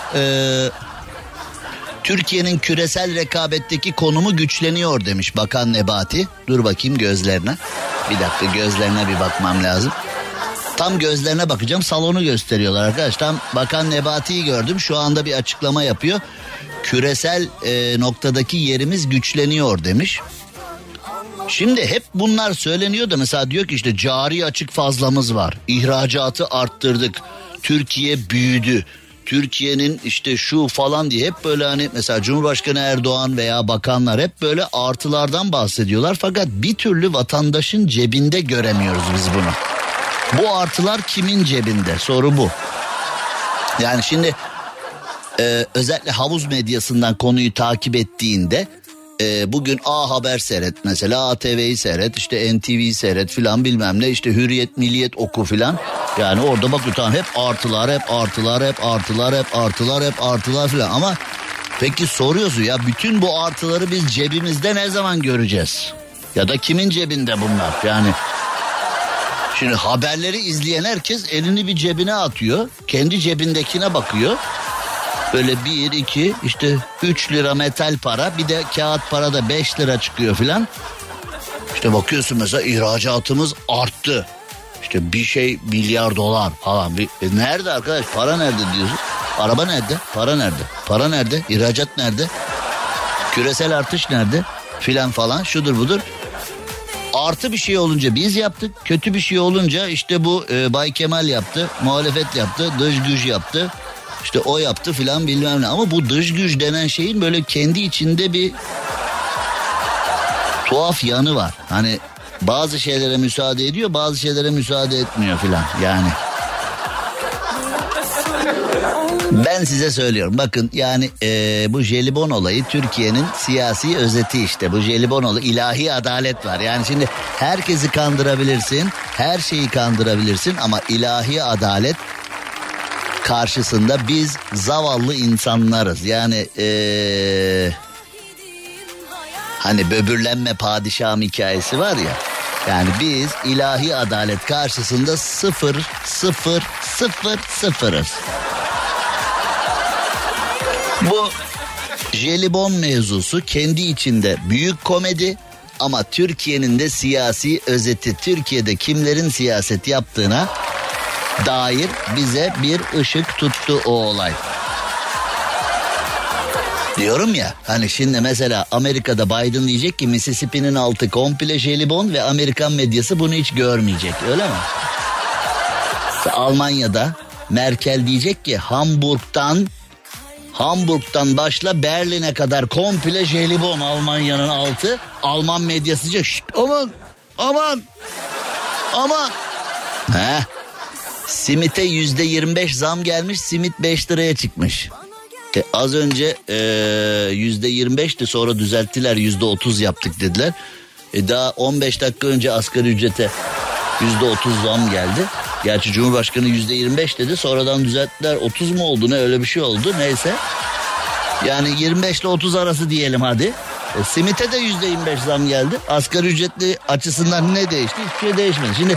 C: Türkiye'nin küresel rekabetteki konumu güçleniyor demiş Bakan Nebati. Dur bakayım gözlerine. Bir dakika, gözlerine bir bakmam lazım. Tam gözlerine bakacağım, salonu gösteriyorlar arkadaş. Tam Bakan Nebati'yi gördüm, şu anda bir açıklama yapıyor. Küresel noktadaki yerimiz güçleniyor demiş. Şimdi hep bunlar söyleniyor da mesela diyor ki işte cari açık fazlamız var. İhracatı arttırdık. Türkiye büyüdü. Türkiye'nin işte şu falan diye hep böyle hani mesela Cumhurbaşkanı Erdoğan veya bakanlar hep böyle artılardan bahsediyorlar. Fakat bir türlü vatandaşın cebinde göremiyoruz biz bunu. Bu artılar kimin cebinde? Soru bu. Yani şimdi özellikle havuz medyasından konuyu takip ettiğinde bugün A Haber seyret mesela, ATV'yi seyret, işte NTV'yi seyret filan bilmem ne, işte Hürriyet, Milliyet oku filan. Yani orada bak tamam, hep artılar, hep artılar, hep artılar, hep artılar, hep artılar filan. Ama peki soruyorsun ya, bütün bu artıları biz cebimizde ne zaman göreceğiz? Ya da kimin cebinde bunlar? Yani şimdi haberleri izleyen herkes elini bir cebine atıyor. Kendi cebindekine bakıyor. Böyle 1, 2 işte 3 lira metal para, bir de kağıt para da 5 lira çıkıyor filan. İşte bakıyorsun mesela ihracatımız arttı. İşte bir şey milyar dolar falan. Nerede arkadaş, para nerede diyorsun? Araba nerede? Para nerede? Para nerede? İhracat nerede? Küresel artış nerede? Filan falan, şudur budur. Artı bir şey olunca biz yaptık. Kötü bir şey olunca işte bu Bay Kemal yaptı. Muhalefet yaptı. Dış güç yaptı. İşte o yaptı filan bilmem ne. Ama bu dış güç denen şeyin böyle kendi içinde bir tuhaf yanı var. Hani bazı şeylere müsaade ediyor, bazı şeylere müsaade etmiyor filan yani. Ben size söylüyorum bakın yani bu jelibon olayı Türkiye'nin siyasi özeti işte. Bu jelibon olayı, ilahi adalet var. Yani şimdi herkesi kandırabilirsin, her şeyi kandırabilirsin ama ilahi adalet karşısında biz zavallı insanlarız. Yani hani böbürlenme padişahım hikayesi var ya. Yani biz ilahi adalet karşısında sıfırız. Bu jelibon mevzusu kendi içinde büyük komedi ama Türkiye'nin de siyasi özeti. Türkiye'de kimlerin siyaset yaptığına dair bize bir ışık tuttu o olay. Diyorum ya hani şimdi mesela Amerika'da Biden diyecek ki Mississippi'nin altı komple jelibon ve Amerikan medyası bunu hiç görmeyecek, öyle mi? Almanya'da Merkel diyecek ki Hamburg'dan başla Berlin'e kadar komple jelibon Almanya'nın altı. Alman medyası diyecek aman. Simite %25 zam gelmiş, simit 5 liraya çıkmış. Az önce %25'ti, sonra düzelttiler, %30 yaptık dediler. Daha 15 dakika önce asgari ücrete %30 zam geldi. Gerçi Cumhurbaşkanı %25 dedi, sonradan düzelttiler, 30 mu oldu ne, öyle bir şey oldu, neyse. Yani 25 ile 30 arası diyelim hadi. Simite de %25 zam geldi. Asgari ücretli açısından ne değişti? Hiçbir şey değişmedi. Şimdi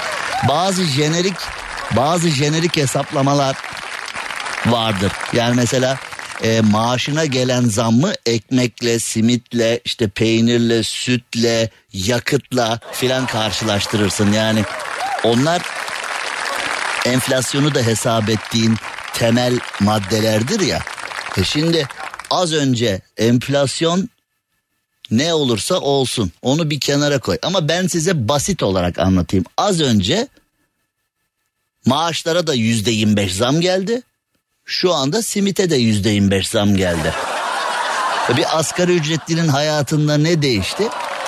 C: bazı jenerik hesaplamalar vardır. Yani mesela maaşına gelen zammı ekmekle, simitle, işte peynirle, sütle, yakıtla filan karşılaştırırsın. Yani onlar enflasyonu da hesap ettiğin temel maddelerdir ya. Şimdi az önce enflasyon ne olursa olsun onu bir kenara koy. Ama ben size basit olarak anlatayım. Az önce maaşlara da %25 zam geldi. Şu anda simite de %25 zam geldi. Bir asgari ücretlinin hayatında ne değişti?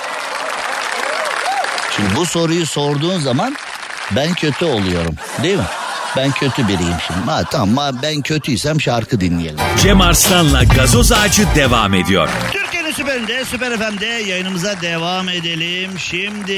C: Şimdi bu soruyu sorduğun zaman ben kötü oluyorum, değil mi? Ben kötü biriyim şimdi. Tamam, ben kötüysem şarkı dinleyelim.
B: Cem Arslan'la Gazoz Ağacı devam ediyor.
C: Türkiye'nin süperinde, Süper FM'de yayınımıza devam edelim. Şimdi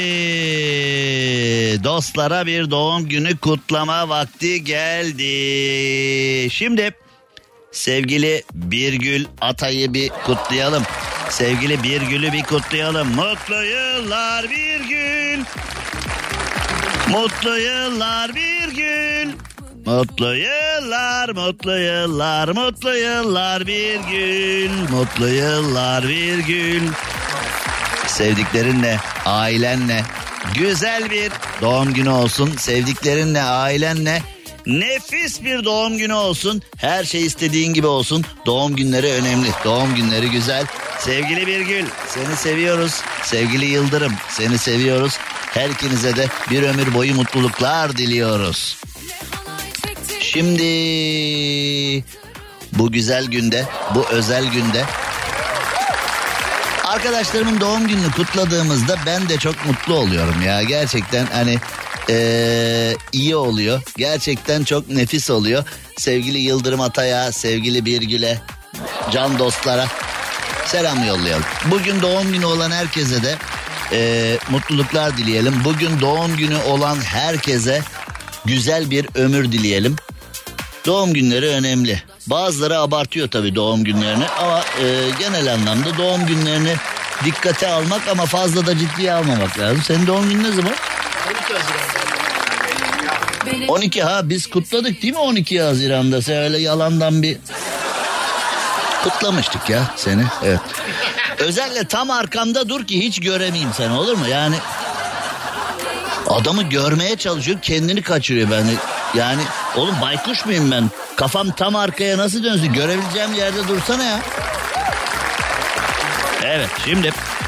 C: dostlara bir doğum günü kutlama vakti geldi. Şimdi sevgili Birgül Atay'ı bir kutlayalım. Sevgili Birgül'ü bir kutlayalım. Mutlu yıllar Birgül. Mutlu yıllar Birgül. Mutlu yıllar, mutlu yıllar, mutlu yıllar Birgül. Mutlu yıllar Birgül. Sevdiklerinle, ailenle güzel bir doğum günü olsun. Sevdiklerinle, ailenle nefis bir doğum günü olsun. Her şey istediğin gibi olsun. Doğum günleri önemli. Doğum günleri güzel. Sevgili Birgül, seni seviyoruz. Sevgili Yıldırım, seni seviyoruz. Her ikinize de bir ömür boyu mutluluklar diliyoruz. Şimdi bu güzel günde, bu özel günde arkadaşlarımın doğum gününü kutladığımızda ben de çok mutlu oluyorum ya. Gerçekten hani iyi oluyor. Gerçekten çok nefis oluyor. Sevgili Yıldırım Atay'a, sevgili Birgül'e, can dostlara selam yollayalım. Bugün doğum günü olan herkese de mutluluklar dileyelim. Bugün doğum günü olan herkese güzel bir ömür dileyelim. Doğum günleri önemli. Bazıları abartıyor tabii doğum günlerini ama genel anlamda doğum günlerini dikkate almak ama fazla da ciddiye almamak lazım. Senin doğum günün ne zaman? 12 biz kutladık değil mi 12 Haziran'da? Sen öyle yalandan bir kutlamıştık ya seni. Evet. Özellikle tam arkamda dur ki hiç göremeyeyim seni, olur mu? Yani adamı görmeye çalışıyor, kendini kaçırıyor beni. Yani oğlum baykuş muyum ben? Kafam tam arkaya nasıl dönsün? Görebileceğim yerde dursana ya. Evet, şimdi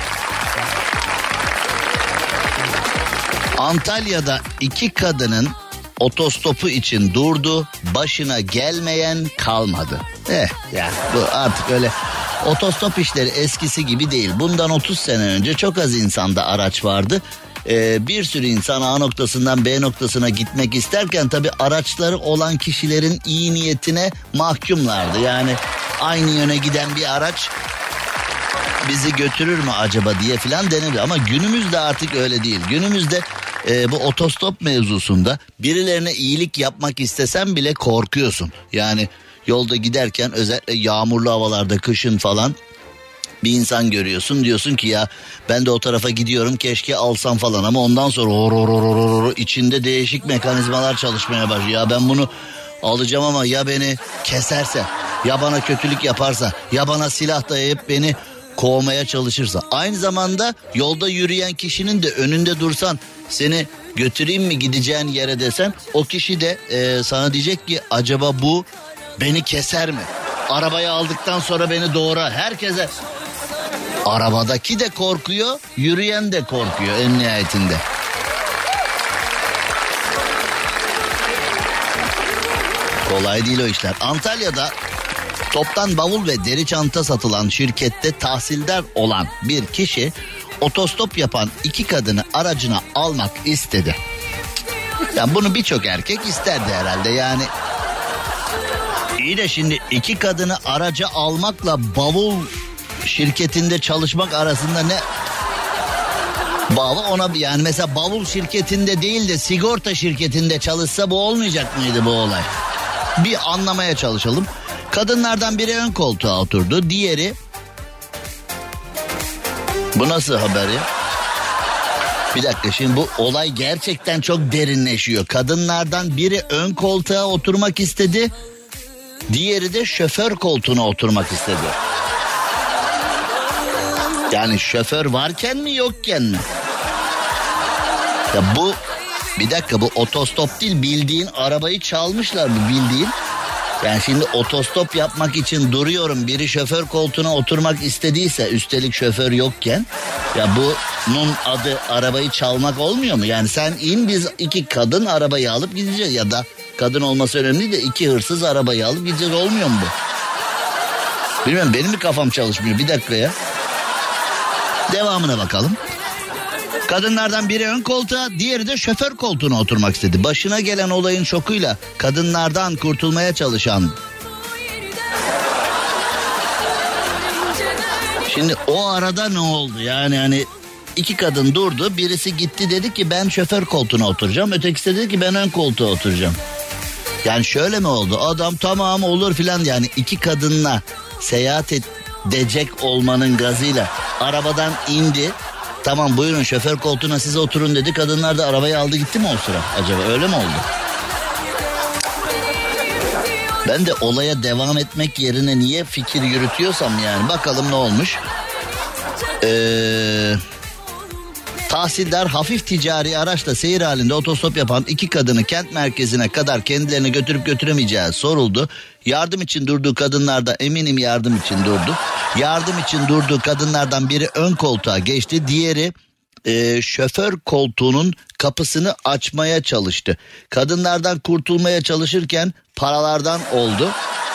C: Antalya'da 2 kadının otostopu için durdu, başına gelmeyen kalmadı. Ya bu artık öyle otostop işleri eskisi gibi değil. Bundan 30 sene önce çok az insanda araç vardı. Bir sürü insan A noktasından B noktasına gitmek isterken tabii araçları olan kişilerin iyi niyetine mahkumlardı. Yani aynı yöne giden bir araç bizi götürür mü acaba diye filan denildi. Ama günümüzde artık öyle değil. Günümüzde bu otostop mevzusunda birilerine iyilik yapmak istesen bile korkuyorsun. Yani yolda giderken özellikle yağmurlu havalarda, kışın falan bir insan görüyorsun, diyorsun ki ya ben de o tarafa gidiyorum, keşke alsam falan, ama ondan sonra içinde değişik mekanizmalar çalışmaya başlıyor. Ya ben bunu alacağım ama ya beni keserse, ya bana kötülük yaparsa, ya bana silah dayayıp beni kovmaya çalışırsa. Aynı zamanda yolda yürüyen kişinin de önünde dursan, seni götüreyim mi gideceğin yere desen, o kişi de sana diyecek ki acaba bu beni keser mi? Arabayı aldıktan sonra beni doğrar. Herkese, arabadaki de korkuyor, yürüyen de korkuyor en nihayetinde. Kolay değil o işler. Antalya'da toptan bavul ve deri çanta satılan şirkette tahsildar olan bir kişi otostop yapan 2 kadını aracına almak istedi. Yani bunu birçok erkek isterdi herhalde. Yani iyi de şimdi 2 kadını araca almakla bavul şirketinde çalışmak arasında ne bağlı ona? Yani mesela bavul şirketinde değil de sigorta şirketinde çalışsa bu olmayacak mıydı bu olay? Bir anlamaya çalışalım. Kadınlardan biri ön koltuğa oturdu, diğeri... Bu nasıl haber ya? Bir dakika, şimdi bu olay gerçekten çok derinleşiyor. Kadınlardan biri ön koltuğa oturmak istedi, diğeri de şoför koltuğuna oturmak istedi. Yani şoför varken mi yokken mi? Ya bu, bir dakika, bu otostop değil, bildiğin arabayı çalmışlar mı bildiğin? Yani şimdi otostop yapmak için duruyorum. Biri şoför koltuğuna oturmak istediyse, üstelik şoför yokken, ya bunun adı arabayı çalmak olmuyor mu? Yani sen in, biz iki kadın arabayı alıp gideceğiz, ya da kadın olması önemli değil de iki hırsız arabayı alıp gideceğiz, olmuyor mu bu? Bilmiyorum, benim mi kafam çalışmıyor, bir dakika ya. Devamına bakalım. Kadınlardan biri ön koltuğa, diğeri de şoför koltuğuna oturmak istedi. Başına gelen olayın şokuyla kadınlardan kurtulmaya çalışan... Şimdi o arada ne oldu? Yani hani iki kadın durdu. Birisi gitti, dedi ki ben şoför koltuğuna oturacağım. Ötekisi dedi ki ben ön koltuğa oturacağım. Yani şöyle mi oldu? Adam tamam olur filan, yani iki kadınla seyahat edecek olmanın gazıyla arabadan indi. Tamam buyurun şoför koltuğuna siz oturun dedi. Kadınlar da arabayı aldı gitti mi o sıra? Acaba öyle mi oldu? Ben de olaya devam etmek yerine niye fikir yürütüyorsam yani. Bakalım ne olmuş? Tahsildar hafif ticari araçla seyir halinde otostop yapan iki kadını kent merkezine kadar kendilerini götürüp götüremeyeceği soruldu. Yardım için durduğu kadınlar da eminim yardım için durdu. Yardım için durduğu kadınlardan biri ön koltuğa geçti. Diğeri şoför koltuğunun kapısını açmaya çalıştı. Kadınlardan kurtulmaya çalışırken paralardan oldu.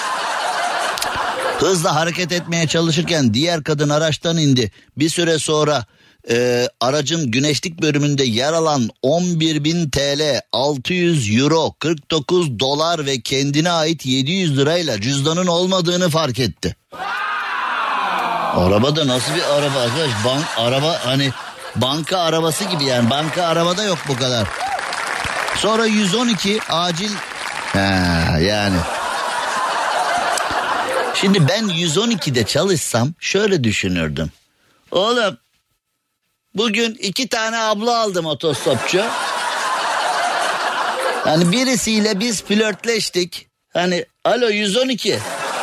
C: Hızla hareket etmeye çalışırken diğer kadın araçtan indi. Bir süre sonra aracın güneşlik bölümünde yer alan 11.000 TL, 600 euro, 49 dolar ve kendine ait 700 lirayla cüzdanın olmadığını fark etti. Araba da nasıl bir araba arkadaş? Araba hani banka arabası gibi yani. Banka arabada yok bu kadar. Sonra 112 acil... yani... Şimdi ben 112'de çalışsam şöyle düşünürdüm. Oğlum bugün 2 tane abla aldım otostopçu. Hani birisiyle biz flörtleştik. Hani alo 112.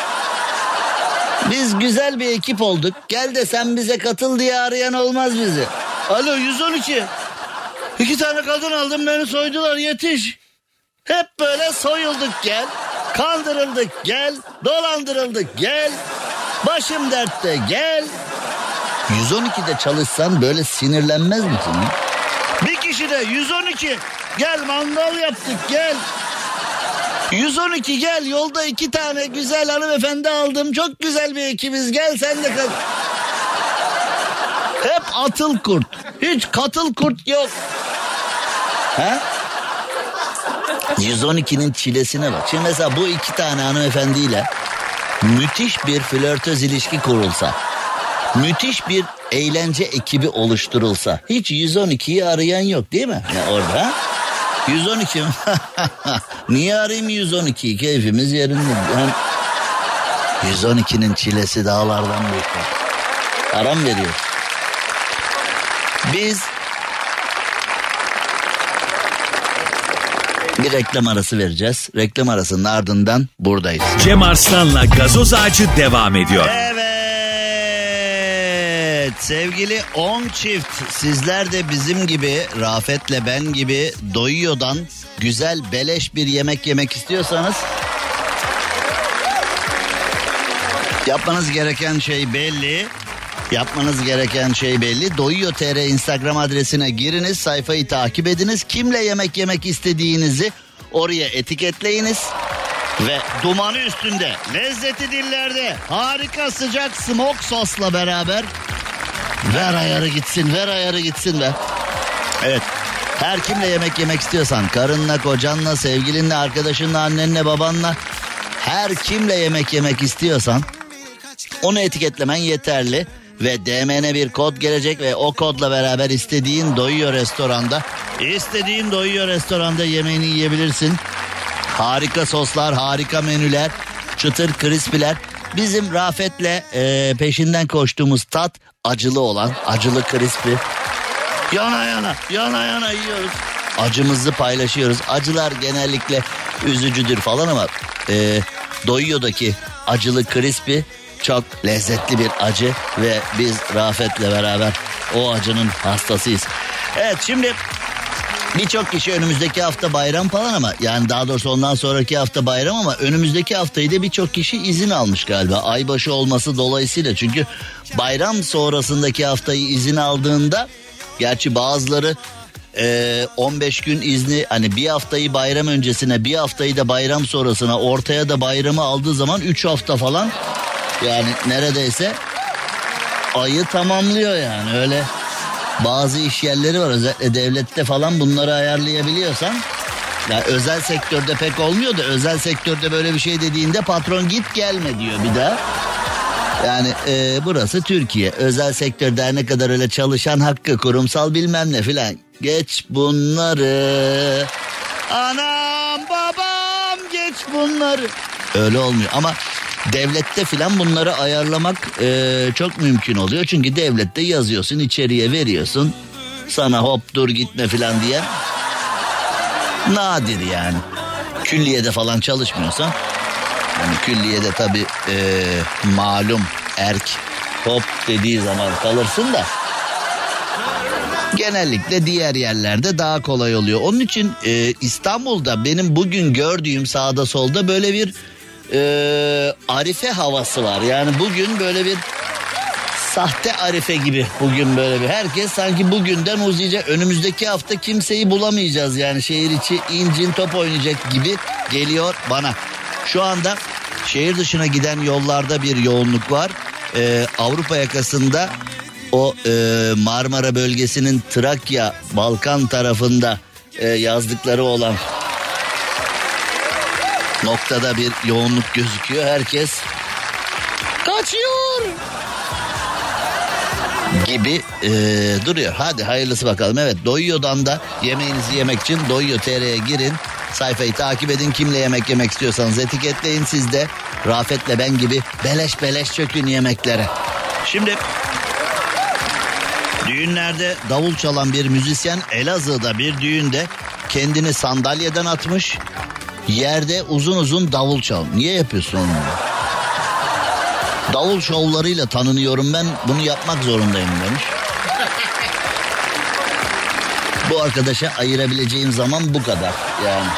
C: Biz güzel bir ekip olduk. Gel de sen bize katıl diye arayan olmaz bizi. Alo 112. 2 tane kadın aldım, beni soydular, yetiş. Hep böyle soyulduk gel. Kandırıldık gel. Dolandırıldık gel. Başım dertte gel. 112'de çalışsan böyle sinirlenmez misin? Bir kişi de 112 gel mangal yaptık gel. 112 gel, yolda 2 tane güzel hanımefendi aldım. Çok güzel bir ekibiz, gel sen de kal. Hep atıl kurt. Hiç katıl kurt yok. Ha? 112'nin çilesine bak. Şimdi mesela bu 2 tane hanımefendiyle müthiş bir flörtöz ilişki kurulsa, müthiş bir eğlence ekibi oluşturulsa, hiç 112'yi arayan yok değil mi? Ya orada 112 mi? Niye arayayım 112'yi? Keyfimiz yerinde. Yani 112'nin çilesi dağlardan büyük. Aram veriyor. Biz bir reklam arası vereceğiz. Reklam arasının ardından buradayız.
B: Cem Arslan'la Gazoz Ağacı devam ediyor.
C: Evet sevgili 10 çift, sizler de bizim gibi, Rafet'le ben gibi Doyuyor'dan güzel beleş bir yemek yemek istiyorsanız yapmanız gereken şey belli. Doyuyor.tr Instagram adresine giriniz, sayfayı takip ediniz. Kimle yemek yemek istediğinizi oraya etiketleyiniz. Ve dumanı üstünde, lezzeti dillerde, harika sıcak smoke sosla beraber ver ayarı gitsin be. Evet, her kimle yemek yemek istiyorsan, karınla, kocanla, sevgilinle, arkadaşınla, annenle, babanla, her kimle yemek yemek istiyorsan onu etiketlemen yeterli. Ve DM'ne bir kod gelecek ve o kodla beraber istediğin Doyuyor restoranda yemeğini yiyebilirsin. Harika soslar, harika menüler, çıtır crispy'ler. Bizim Rafet'le peşinden koştuğumuz tat acılı olan, acılı crispy. Yana yana yiyoruz. Acımızı paylaşıyoruz. Acılar genellikle üzücüdür falan ama Doyuyor'daki acılı crispy çok lezzetli bir acı ve biz Rafet'le beraber o acının hastasıyız. Evet, şimdi Birçok kişi önümüzdeki hafta bayram falan ama yani daha doğrusu ondan sonraki hafta bayram ama önümüzdeki haftayı da birçok kişi izin almış galiba. Aybaşı olması dolayısıyla çünkü bayram sonrasındaki haftayı izin aldığında gerçi bazıları 15 gün izni hani bir haftayı bayram öncesine bir haftayı da bayram sonrasına ortaya da bayramı aldığı zaman 3 hafta falan yani neredeyse ayı tamamlıyor yani öyle. Bazı iş yerleri var özellikle devlette falan bunları ayarlayabiliyorsan. Yani özel sektörde pek olmuyor da özel sektörde böyle bir şey dediğinde patron git gelme diyor bir daha. Yani burası Türkiye. Özel sektörde her ne kadar öyle çalışan hakkı kurumsal bilmem ne filan. Geç bunları. Anam babam geç bunları. Öyle olmuyor ama devlette filan bunları ayarlamak çok mümkün oluyor. Çünkü devlette yazıyorsun içeriye veriyorsun. Sana hop dur gitme filan diye. Nadir yani. Külliyede falan çalışmıyorsan. Yani külliyede tabii malum erk hop dediği zaman kalırsın da. Genellikle diğer yerlerde daha kolay oluyor. Onun için İstanbul'da benim bugün gördüğüm sağda solda böyle bir Arife havası var. Yani bugün böyle bir sahte Arife gibi bugün böyle bir. Herkes sanki bugünden uzayacak. Önümüzdeki hafta kimseyi bulamayacağız yani şehir içi incin top oynayacak gibi geliyor bana. Şu anda şehir dışına giden yollarda bir yoğunluk var. Avrupa yakasında o Marmara bölgesinin Trakya, Balkan tarafında yazlıkları olan noktada bir yoğunluk gözüküyor. Herkes kaçıyor gibi duruyor. Hadi hayırlısı bakalım. Evet Doyuyor'dan da yemeğinizi yemek için Doyuyor TR'ye girin. Sayfayı takip edin. Kimle yemek yemek istiyorsanız etiketleyin. Siz de Rafet'le ben gibi beleş beleş çökün yemeklere. Şimdi düğünlerde davul çalan bir müzisyen Elazığ'da bir düğünde kendini sandalyeden atmış. Yerde uzun uzun davul çal. Niye yapıyorsun onu? Davul şovlarıyla tanınıyorum ben. Bunu yapmak zorundayım demiş. Bu arkadaşa ayırabileceğim zaman bu kadar yani.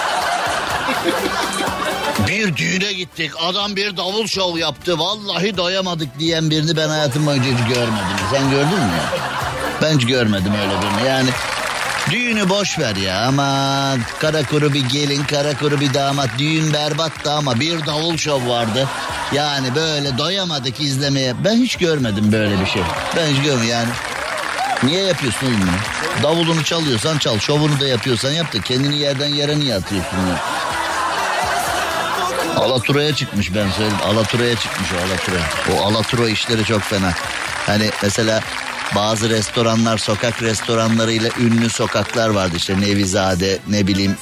C: Bir düğüne gittik. Adam bir davul şov yaptı. Vallahi doyamadık diyen birini ben hayatım boyunca hiç görmedim. Sen gördün mü ya? Ben hiç görmedim öyle birini. Yani düğünü boş ver ya ama kara kuru bir gelin, kara kuru bir damat. Düğün berbattı ama bir davul şov vardı. Yani böyle doyamadık izlemeye. Ben hiç görmedim böyle bir şey. Ben hiç görmedim yani. Niye yapıyorsun oğlum bunu? Davulunu çalıyorsan çal, şovunu da yapıyorsan yap da kendini yerden yere niye atıyorsun ya? Alatura'ya çıkmış ben söyleyeyim. Alatura'ya çıkmış o Alatura. O Alatura işleri çok fena. Hani mesela bazı restoranlar, sokak restoranlarıyla ünlü sokaklar vardı. İşte Nevizade, ne bileyim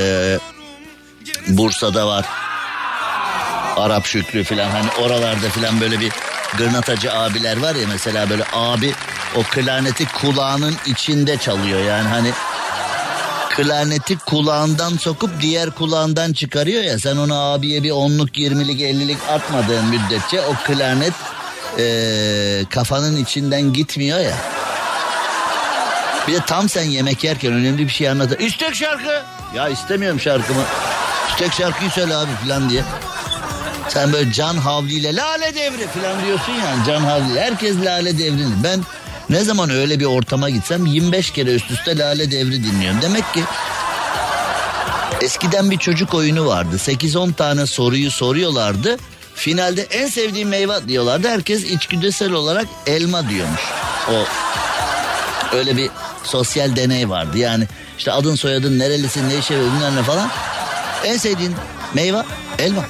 C: Bursa'da var. Arap Şükrü falan hani oralarda falan böyle bir gırnatacı abiler var ya mesela böyle abi o klarneti kulağının içinde çalıyor yani hani klarneti kulağından sokup diğer kulağından çıkarıyor ya sen onu abiye bir 10'luk 20'lik 50'lik atmadığın müddetçe o klarnet kafanın içinden gitmiyor ya. Bir de tam sen yemek yerken önemli bir şey anlatır. İstek şarkı. Ya istemiyorum şarkımı. İstek şarkıyı söyle abi falan diye. Sen böyle Can Havli ile Lale Devri falan diyorsun yani Can Havli. Herkes Lale Devri'ni. Ben ne zaman öyle bir ortama gitsem 25 kere üst üste Lale Devri dinliyorum. Demek ki eskiden bir çocuk oyunu vardı. 8-10 tane soruyu soruyorlardı. Finalde en sevdiğim meyve diyorlardı. Herkes içgüdüsel olarak elma diyormuş. O öyle bir sosyal deney vardı. Yani işte adın soyadın nerelisin ne işe veriyorsun ne falan. En sevdiğin meyve elma.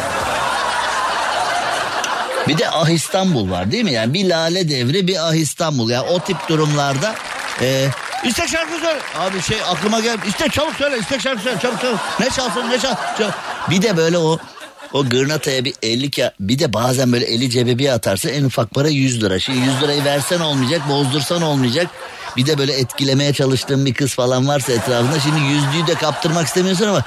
C: Bir de Ah İstanbul var değil mi? Yani bir Lale Devri bir Ah İstanbul. Yani o tip durumlarda istek şarkı söyle. Abi şey aklıma gel. İstek çabuk söyle. İstek şarkı söyle. Çabuk çabuk. Ne çalsın ne çal. Çabuk. Bir de böyle o gırnataya bir 50 bir de bazen böyle eli cebe bir atarsa en ufak para 100 lira. Şimdi 100 lirayı versen olmayacak, bozdursan olmayacak. Bir de böyle etkilemeye çalıştığın bir kız falan varsa etrafında. Şimdi yüzlüğü de kaptırmak istemiyorsun ama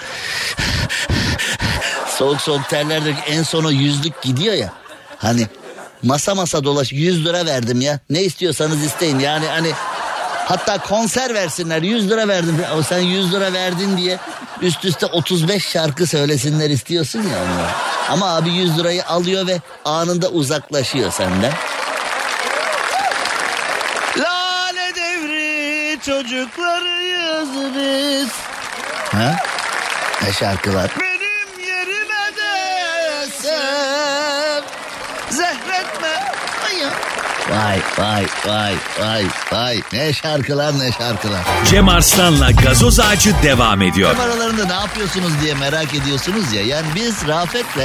C: soğuk soğuk terler de en son o yüzlük gidiyor ya. Hani masa dolaş 100 lira verdim ya. Ne istiyorsanız isteyin. Yani hani Hatta konser versinler, 100 lira verdim. O sen 100 lira verdin diye üst üste 35 şarkı söylesinler istiyorsun ya onlar. Ama abi 100 lirayı alıyor ve anında uzaklaşıyor senden. Lale devri çocuklarıyız biz. Ha? Ne şarkılar? Benim yerime de sen zehretme. Vay. Ne şarkılar.
B: Cem Arslan'la Gazoz Ağacı devam ediyor.
C: Aralarında ne yapıyorsunuz diye merak ediyorsunuz ya. Yani biz Rafet'le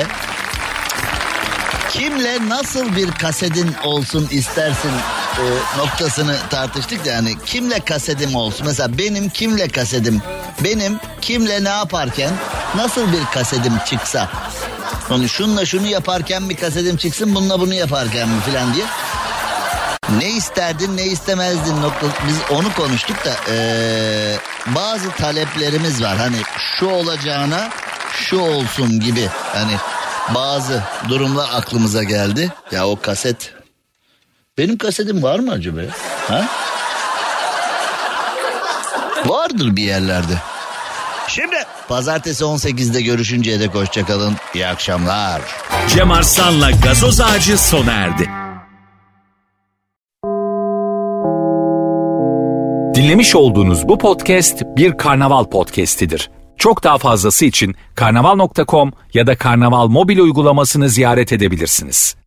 C: kimle nasıl bir kasetin olsun istersin noktasını tartıştık da yani kimle kasetim olsun. Mesela benim kimle kasetim, benim kimle ne yaparken nasıl bir kasetim çıksa. Yani şununla şunu yaparken bir kasetim çıksın, bununla bunu yaparken mi falan diye. Ne isterdin ne istemezdin biz onu konuştuk da bazı taleplerimiz var. Hani şu olacağına şu olsun gibi. Hani bazı durumlar aklımıza geldi. Ya o kaset. Benim kasetim var mı acaba? Ha? Vardır bir yerlerde. Şimdi pazartesi 18'de görüşünceye dek hoşçakalın. İyi akşamlar.
B: Cem Arslan'la Gazoz Ağacı sona erdi.
A: Dinlemiş olduğunuz bu podcast bir karnaval podcastidir. Çok daha fazlası için karnaval.com ya da karnaval mobil uygulamasını ziyaret edebilirsiniz.